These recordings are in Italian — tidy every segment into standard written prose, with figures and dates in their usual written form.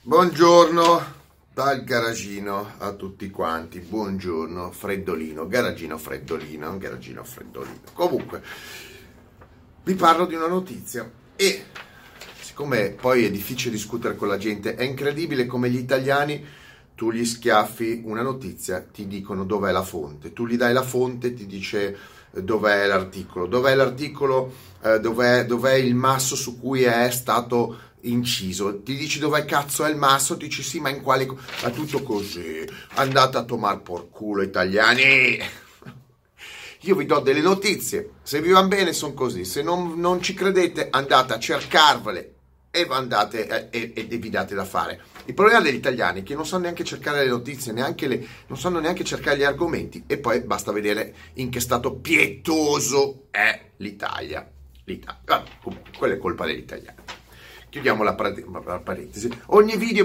Buongiorno dal garagino a tutti quanti, buongiorno, freddolino, garagino freddolino. Comunque, vi parlo di una notizia e siccome poi è difficile discutere con la gente, è incredibile come gli italiani, tu gli schiaffi una notizia, ti dicono dov'è la fonte, tu gli dai la fonte, ti dice dov'è l'articolo, dov'è il masso su cui è stato inciso, ti dici dov'è cazzo è il masso, ti dici sì ma in quale, è tutto così, andate a tomar por culo italiani. Io vi do delle notizie, se vi van bene sono così, se non ci credete andate a cercarvele e andate e vi date da fare. Il problema degli italiani è che non sanno neanche cercare le notizie, non sanno neanche cercare gli argomenti, e poi basta vedere in che stato pietoso è l'Italia. Vabbè, comunque, quella è colpa degli italiani. Chiudiamo la parentesi. Ogni video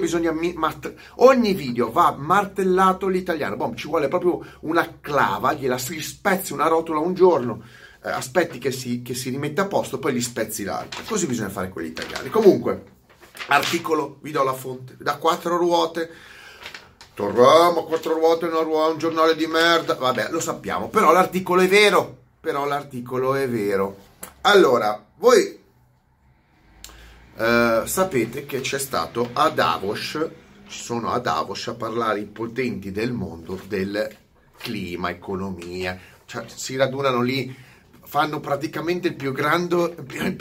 va martellato l'italiano. Boh, ci vuole proprio una clava, gliela si spezzi una rotola un giorno, aspetti che si rimetta a posto, poi gli spezzi l'altra. Così bisogna fare quelli italiani. Comunque, articolo, vi do la fonte, da 4 ruote. Torniamo a 4 ruote, un giornale di merda. Vabbè, lo sappiamo, però l'articolo è vero. Allora, voi sapete che c'è stato a Davos, ci sono a Davos a parlare i potenti del mondo del clima, economia, cioè si radunano lì, fanno praticamente il più grande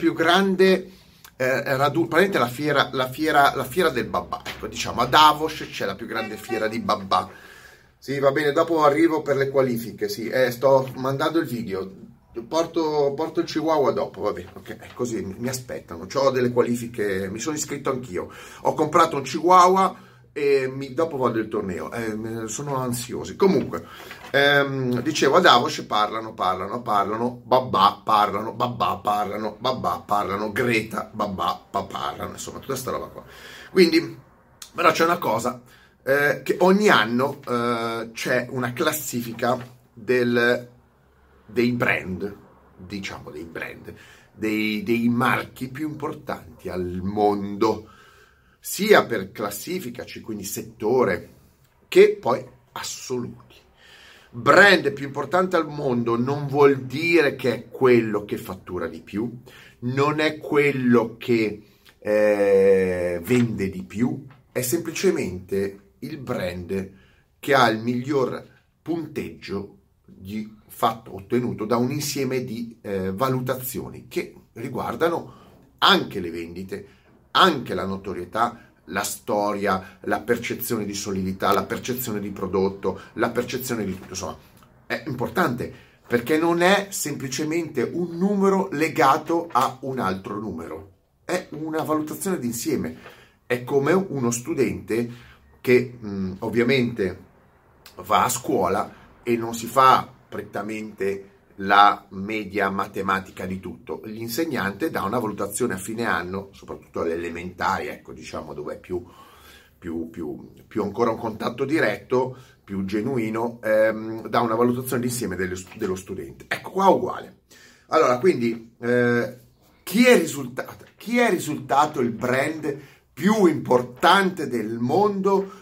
praticamente la fiera del babà, ecco, diciamo a Davos c'è la più grande fiera di babà. Sì, va bene, dopo arrivo per le qualifiche, sì, sto mandando il video. Porto il Chihuahua dopo, va bene, ok, così mi aspettano, ho delle qualifiche, mi sono iscritto anch'io, ho comprato un Chihuahua e dopo vado al torneo, sono ansiosi. Comunque, dicevo, a Davos parlano, babà parlano, Greta, babà parlano, insomma, tutta questa roba qua. Quindi, però c'è una cosa, che ogni anno c'è una classifica dei brand, dei marchi più importanti al mondo, sia per classifica, quindi settore, che poi assoluti. Brand più importante al mondo non vuol dire che è quello che fattura di più, non è quello che vende di più, è semplicemente il brand che ha il miglior punteggio ottenuto da un insieme di valutazioni che riguardano anche le vendite, anche la notorietà, la storia, la percezione di solidità, la percezione di prodotto, la percezione di tutto. Insomma, è importante perché non è semplicemente un numero legato a un altro numero, è una valutazione d'insieme. È come uno studente che ovviamente va a scuola e non si fa prettamente la media matematica di tutto. L'insegnante dà una valutazione a fine anno, soprattutto alle elementari, ecco, diciamo, dove è più ancora un contatto diretto, più genuino, dà una valutazione d'insieme dello studente. Ecco, qua uguale. Allora, quindi, chi è risultato il brand più importante del mondo,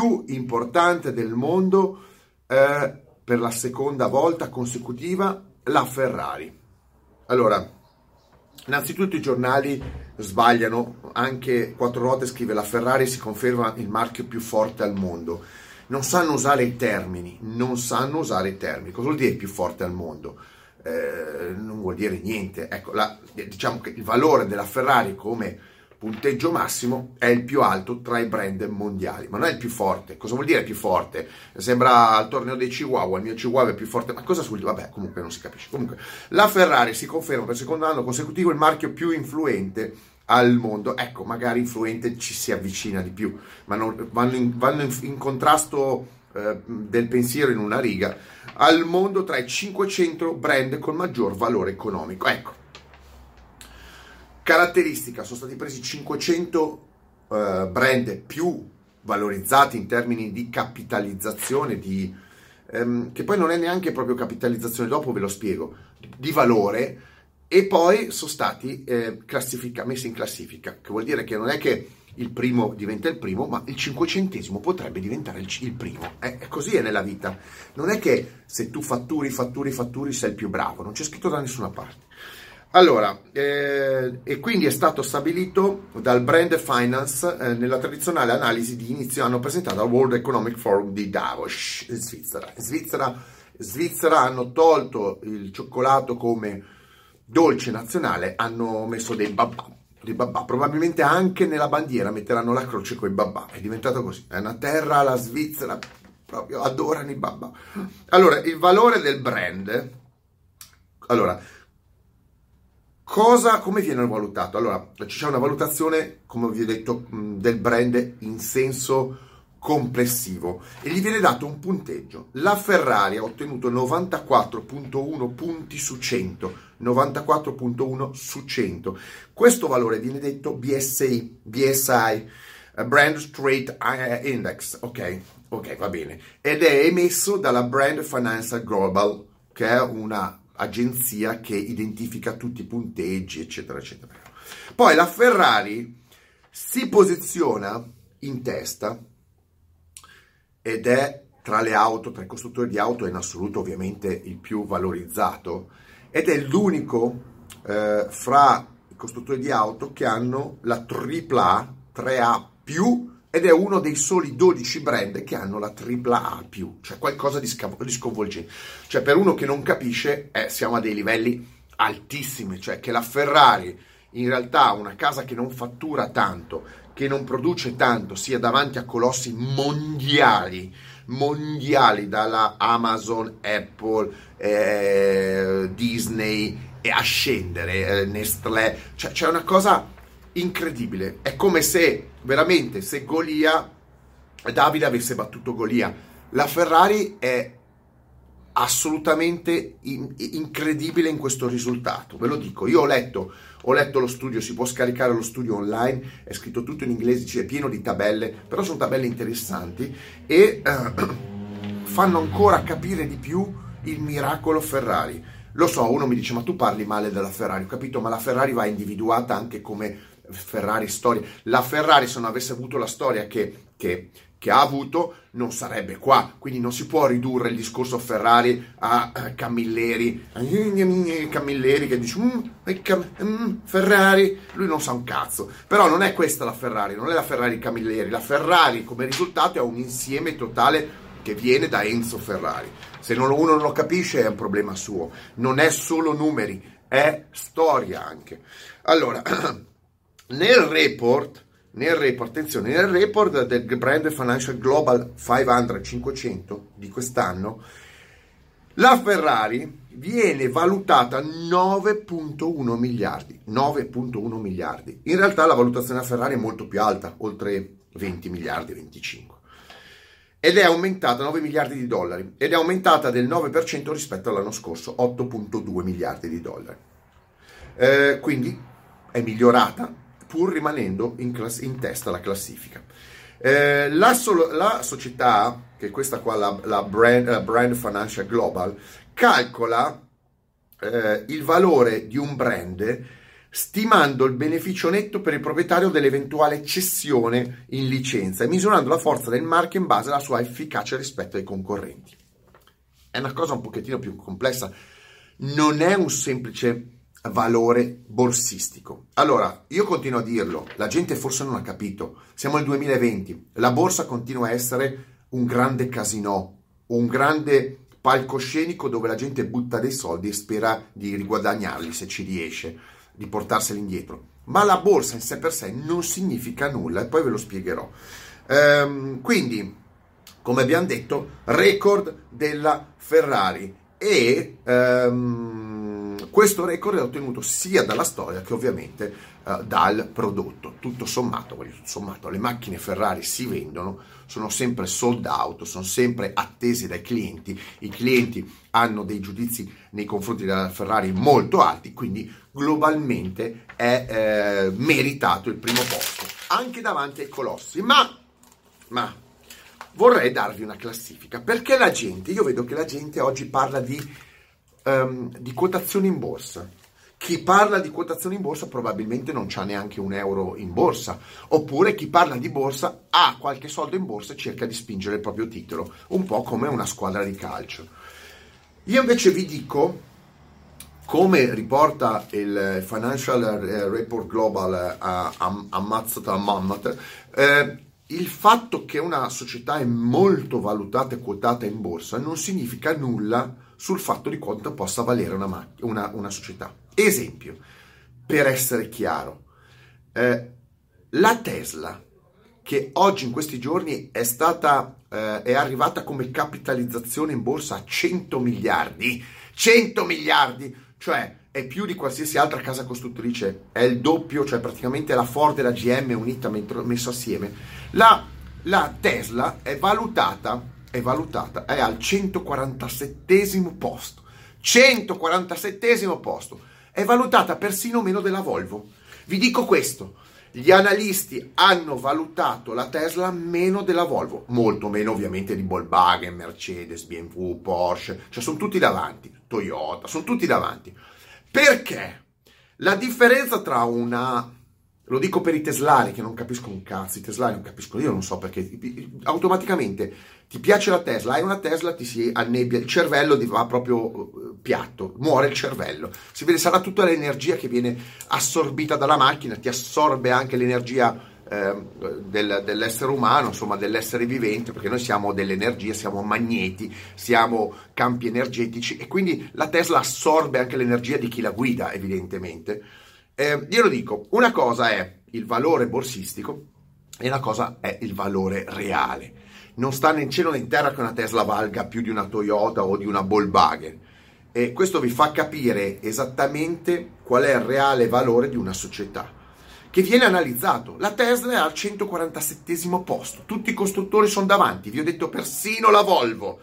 per la seconda volta consecutiva? La Ferrari. Allora, innanzitutto i giornali sbagliano, anche Quattro Ruote scrive la Ferrari si conferma il marchio più forte al mondo. Non sanno usare i termini. Cosa vuol dire più forte al mondo? Non vuol dire niente. Ecco, diciamo che il valore della Ferrari come punteggio massimo è il più alto tra i brand mondiali, ma non è il più forte. Cosa vuol dire più forte? Sembra al torneo dei Chihuahua, il mio Chihuahua è più forte, ma cosa vuol dire? Vabbè, comunque non si capisce. Comunque, la Ferrari si conferma per il secondo anno consecutivo il marchio più influente al mondo. Ecco, magari influente ci si avvicina di più, ma vanno in contrasto del pensiero in una riga al mondo tra i 500 brand con maggior valore economico. Ecco, caratteristica, sono stati presi 500 brand più valorizzati in termini di capitalizzazione, che poi non è neanche proprio capitalizzazione, dopo ve lo spiego, di valore, e poi sono stati messi in classifica, che vuol dire che non è che il primo diventa il primo, ma il 500° potrebbe diventare il primo. Così è nella vita. Non è che se tu fatturi sei il più bravo, non c'è scritto da nessuna parte. Allora, e quindi è stato stabilito dal Brand Finance nella tradizionale analisi di inizio anno presentata al World Economic Forum di Davos, in Svizzera. In Svizzera hanno tolto il cioccolato come dolce nazionale, hanno messo dei babà. Probabilmente anche nella bandiera metteranno la croce con i babà. È diventato così. È una terra, la Svizzera, proprio adorano i babà. Allora, il valore del brand. Allora, come viene valutato? Allora, c'è una valutazione, come vi ho detto, del brand in senso complessivo e gli viene dato un punteggio. La Ferrari ha ottenuto 94.1 punti su 100, 94.1 su 100. Questo valore viene detto BSI, Brand Straight Index, ok, va bene, ed è emesso dalla Brand Finance Global, che è una agenzia che identifica tutti i punteggi, eccetera, eccetera. Poi la Ferrari si posiziona in testa ed è tra le auto, tra i costruttori di auto, è in assoluto ovviamente il più valorizzato ed è l'unico fra i costruttori di auto che hanno la AAA, 3A+, ed è uno dei soli 12 brand che hanno la AAA+, cioè qualcosa di sconvolgente. Cioè per uno che non capisce, siamo a dei livelli altissimi, cioè che la Ferrari, in realtà una casa che non fattura tanto, che non produce tanto, sia davanti a colossi mondiali, dalla Amazon, Apple, Disney e a scendere, Nestlé, cioè c'è una cosa incredibile. È come se veramente Davide avesse battuto Golia. La Ferrari è assolutamente incredibile in questo risultato, ve lo dico. Io ho letto lo studio, si può scaricare lo studio online, è scritto tutto in inglese, è pieno di tabelle, però sono tabelle interessanti e fanno ancora capire di più il miracolo Ferrari. Lo so, uno mi dice, ma tu parli male della Ferrari, ho capito, ma la Ferrari va individuata anche come Ferrari storia. La Ferrari, se non avesse avuto la storia che ha avuto, non sarebbe qua, quindi non si può ridurre il discorso Ferrari a Camilleri che dice Ferrari, lui non sa un cazzo, però non è questa la Ferrari, non è la Ferrari Camilleri. La Ferrari come risultato è un insieme totale che viene da Enzo Ferrari. Se uno non lo capisce è un problema suo, non è solo numeri, è storia anche. Allora, nel report del Brand Financial Global 500 di quest'anno, la Ferrari viene valutata 9.1 miliardi. In realtà la valutazione della Ferrari è molto più alta, oltre 20 miliardi, 25. Ed è aumentata 9 miliardi di dollari, ed è aumentata del 9% rispetto all'anno scorso, 8.2 miliardi di dollari. Quindi è migliorata, pur rimanendo in testa alla classifica. La società, che è questa qua, la Brand Financial Global, calcola il valore di un brand stimando il beneficio netto per il proprietario dell'eventuale cessione in licenza e misurando la forza del marchio in base alla sua efficacia rispetto ai concorrenti. È una cosa un pochettino più complessa, non è un semplice valore borsistico. Allora, io continuo a dirlo, la gente forse non ha capito, siamo nel 2020, la borsa continua a essere un grande casinò, un grande palcoscenico dove la gente butta dei soldi e spera di riguadagnarli, se ci riesce, di portarseli indietro. Ma la borsa in sé per sé non significa nulla e poi ve lo spiegherò. Quindi, come abbiamo detto, record della Ferrari e questo record è ottenuto sia dalla storia che ovviamente dal prodotto. Tutto sommato, le macchine Ferrari si vendono, sono sempre sold out, sono sempre attesi dai clienti, i clienti hanno dei giudizi nei confronti della Ferrari molto alti, quindi globalmente è meritato il primo posto, anche davanti ai colossi. Ma vorrei darvi una classifica, perché io vedo che la gente oggi parla di quotazioni in borsa, Chi parla di quotazione in borsa probabilmente non c'ha neanche un euro in borsa, oppure chi parla di borsa ha qualche soldo in borsa e cerca di spingere il proprio titolo, un po' come una squadra di calcio. Io invece vi dico, come riporta il Financial Report Global ammazzato Mammoth, il fatto che una società è molto valutata e quotata in borsa non significa nulla sul fatto di quanto possa valere una società. Esempio, per essere chiaro, la Tesla, che oggi in questi giorni è arrivata come capitalizzazione in borsa a 100 miliardi, cioè è più di qualsiasi altra casa costruttrice, è il doppio, cioè praticamente la Ford e la GM unita messo assieme. La Tesla è valutata, è al 147esimo posto. 147esimo posto. È valutata persino meno della Volvo. Vi dico questo, gli analisti hanno valutato la Tesla meno della Volvo, molto meno ovviamente di Volkswagen, Mercedes, BMW, Porsche, cioè sono tutti davanti, Toyota, sono tutti davanti. Perché? La differenza tra lo dico per i teslari che non capiscono un cazzo, i teslari non capiscono, io non so perché, automaticamente ti piace la Tesla, hai una Tesla, ti si annebbia, il cervello va proprio piatto, muore il cervello, si vede, sarà tutta l'energia che viene assorbita dalla macchina, ti assorbe anche l'energia dell'essere umano, insomma dell'essere vivente, perché noi siamo dell'energia, siamo magneti, siamo campi energetici e quindi la Tesla assorbe anche l'energia di chi la guida, evidentemente. Io lo dico, una cosa è il valore borsistico e una cosa è il valore reale. Non sta né in cielo né in terra che una Tesla valga più di una Toyota o di una Volkswagen. E questo vi fa capire esattamente qual è il reale valore di una società, che viene analizzato. La Tesla è al 147esimo posto, tutti i costruttori sono davanti, vi ho detto persino la Volvo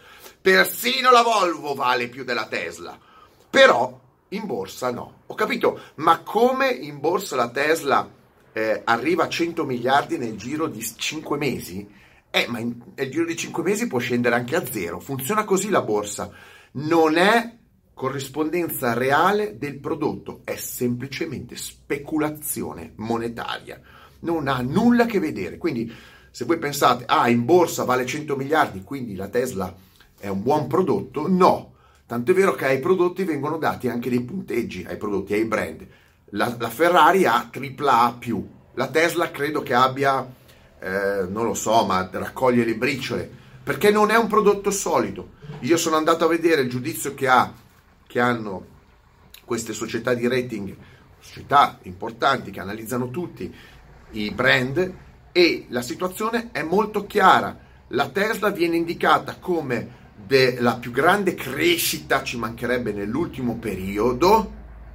vale più della Tesla, però in borsa no. Ho capito, ma come in borsa la Tesla arriva a 100 miliardi nel giro di 5 mesi? Ma nel giro di 5 mesi può scendere anche a zero. Funziona così la borsa. Non è corrispondenza reale del prodotto, è semplicemente speculazione monetaria. Non ha nulla a che vedere. Quindi se voi pensate, in borsa vale 100 miliardi, quindi la Tesla è un buon prodotto, no. Tanto è vero che ai prodotti vengono dati anche dei punteggi, ai prodotti, ai brand. La Ferrari ha AAA+, la Tesla credo che abbia, non lo so, ma raccoglie le briciole, perché non è un prodotto solido. Io sono andato a vedere il giudizio che hanno queste società di rating, società importanti che analizzano tutti i brand, e la situazione è molto chiara. La Tesla viene indicata come la più grande crescita, ci mancherebbe, nell'ultimo periodo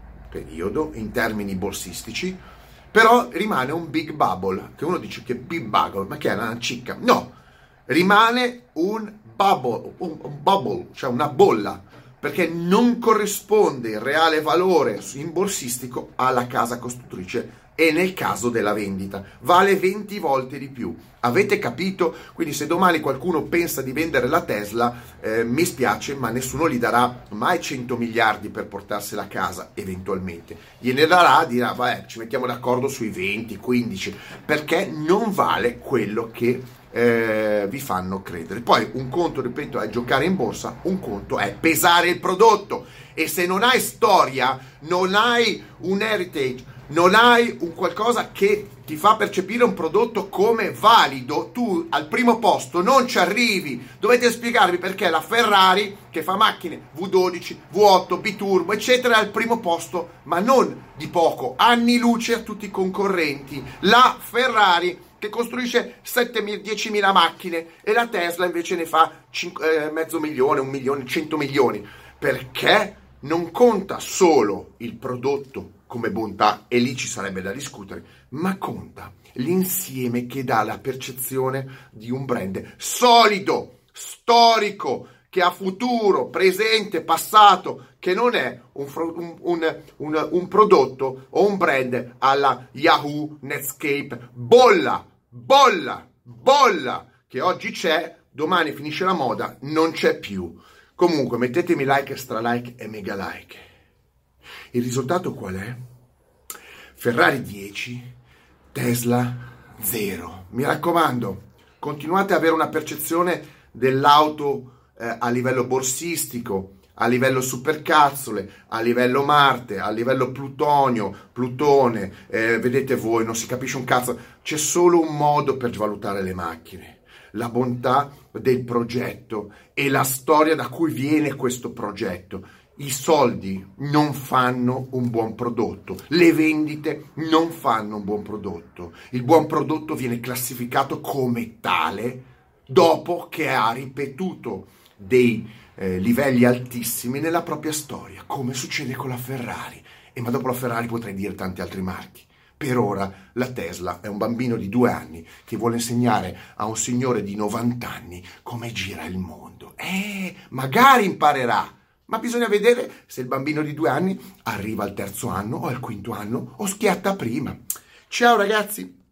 in termini borsistici, però rimane un big bubble, che uno dice che big bubble, ma che è una cicca? No, rimane un bubble, cioè una bolla, perché non corrisponde il reale valore in borsistico alla casa costruttrice, e nel caso della vendita vale 20 volte di più. Avete capito? Quindi se domani qualcuno pensa di vendere la Tesla, mi spiace, ma nessuno gli darà mai 100 miliardi per portarsela a casa. Eventualmente gliene darà, dirà vabbè, ci mettiamo d'accordo sui 20, 15, perché non vale quello che vi fanno credere. Poi un conto, ripeto, è giocare in borsa, un conto è pesare il prodotto, e se non hai storia, non hai un heritage, non hai un qualcosa che ti fa percepire un prodotto come valido, tu al primo posto non ci arrivi. Dovete spiegarvi perché la Ferrari, che fa macchine V12, V8, biturbo, eccetera, è al primo posto, ma non di poco, anni luce a tutti i concorrenti. La Ferrari che costruisce 10.000 macchine e la Tesla invece ne fa mezzo milione, 1 milione, 100 milioni, perché non conta solo il prodotto come bontà, e lì ci sarebbe da discutere, ma conta l'insieme che dà la percezione di un brand solido, storico, che ha futuro, presente, passato, che non è un prodotto o un brand alla Yahoo, Netscape, bolla, che oggi c'è, domani finisce la moda, non c'è più. Comunque mettetemi like, extra like e mega like. Il risultato qual è? Ferrari 10, Tesla 0. Mi raccomando, continuate ad avere una percezione dell'auto a livello borsistico, a livello supercazzole, a livello Marte, a livello Plutonio, Plutone, vedete voi, non si capisce un cazzo. C'è solo un modo per valutare le macchine: la bontà del progetto e la storia da cui viene questo progetto. I soldi non fanno un buon prodotto, le vendite non fanno un buon prodotto. Il buon prodotto viene classificato come tale dopo che ha ripetuto dei livelli altissimi nella propria storia, come succede con la Ferrari. Ma dopo la Ferrari potrei dire tanti altri marchi. Per ora la Tesla è un bambino di 2 anni che vuole insegnare a un signore di 90 anni come gira il mondo. Magari imparerà, ma bisogna vedere se il bambino di 2 anni arriva al 3° anno o al 5° anno o schiatta prima. Ciao ragazzi!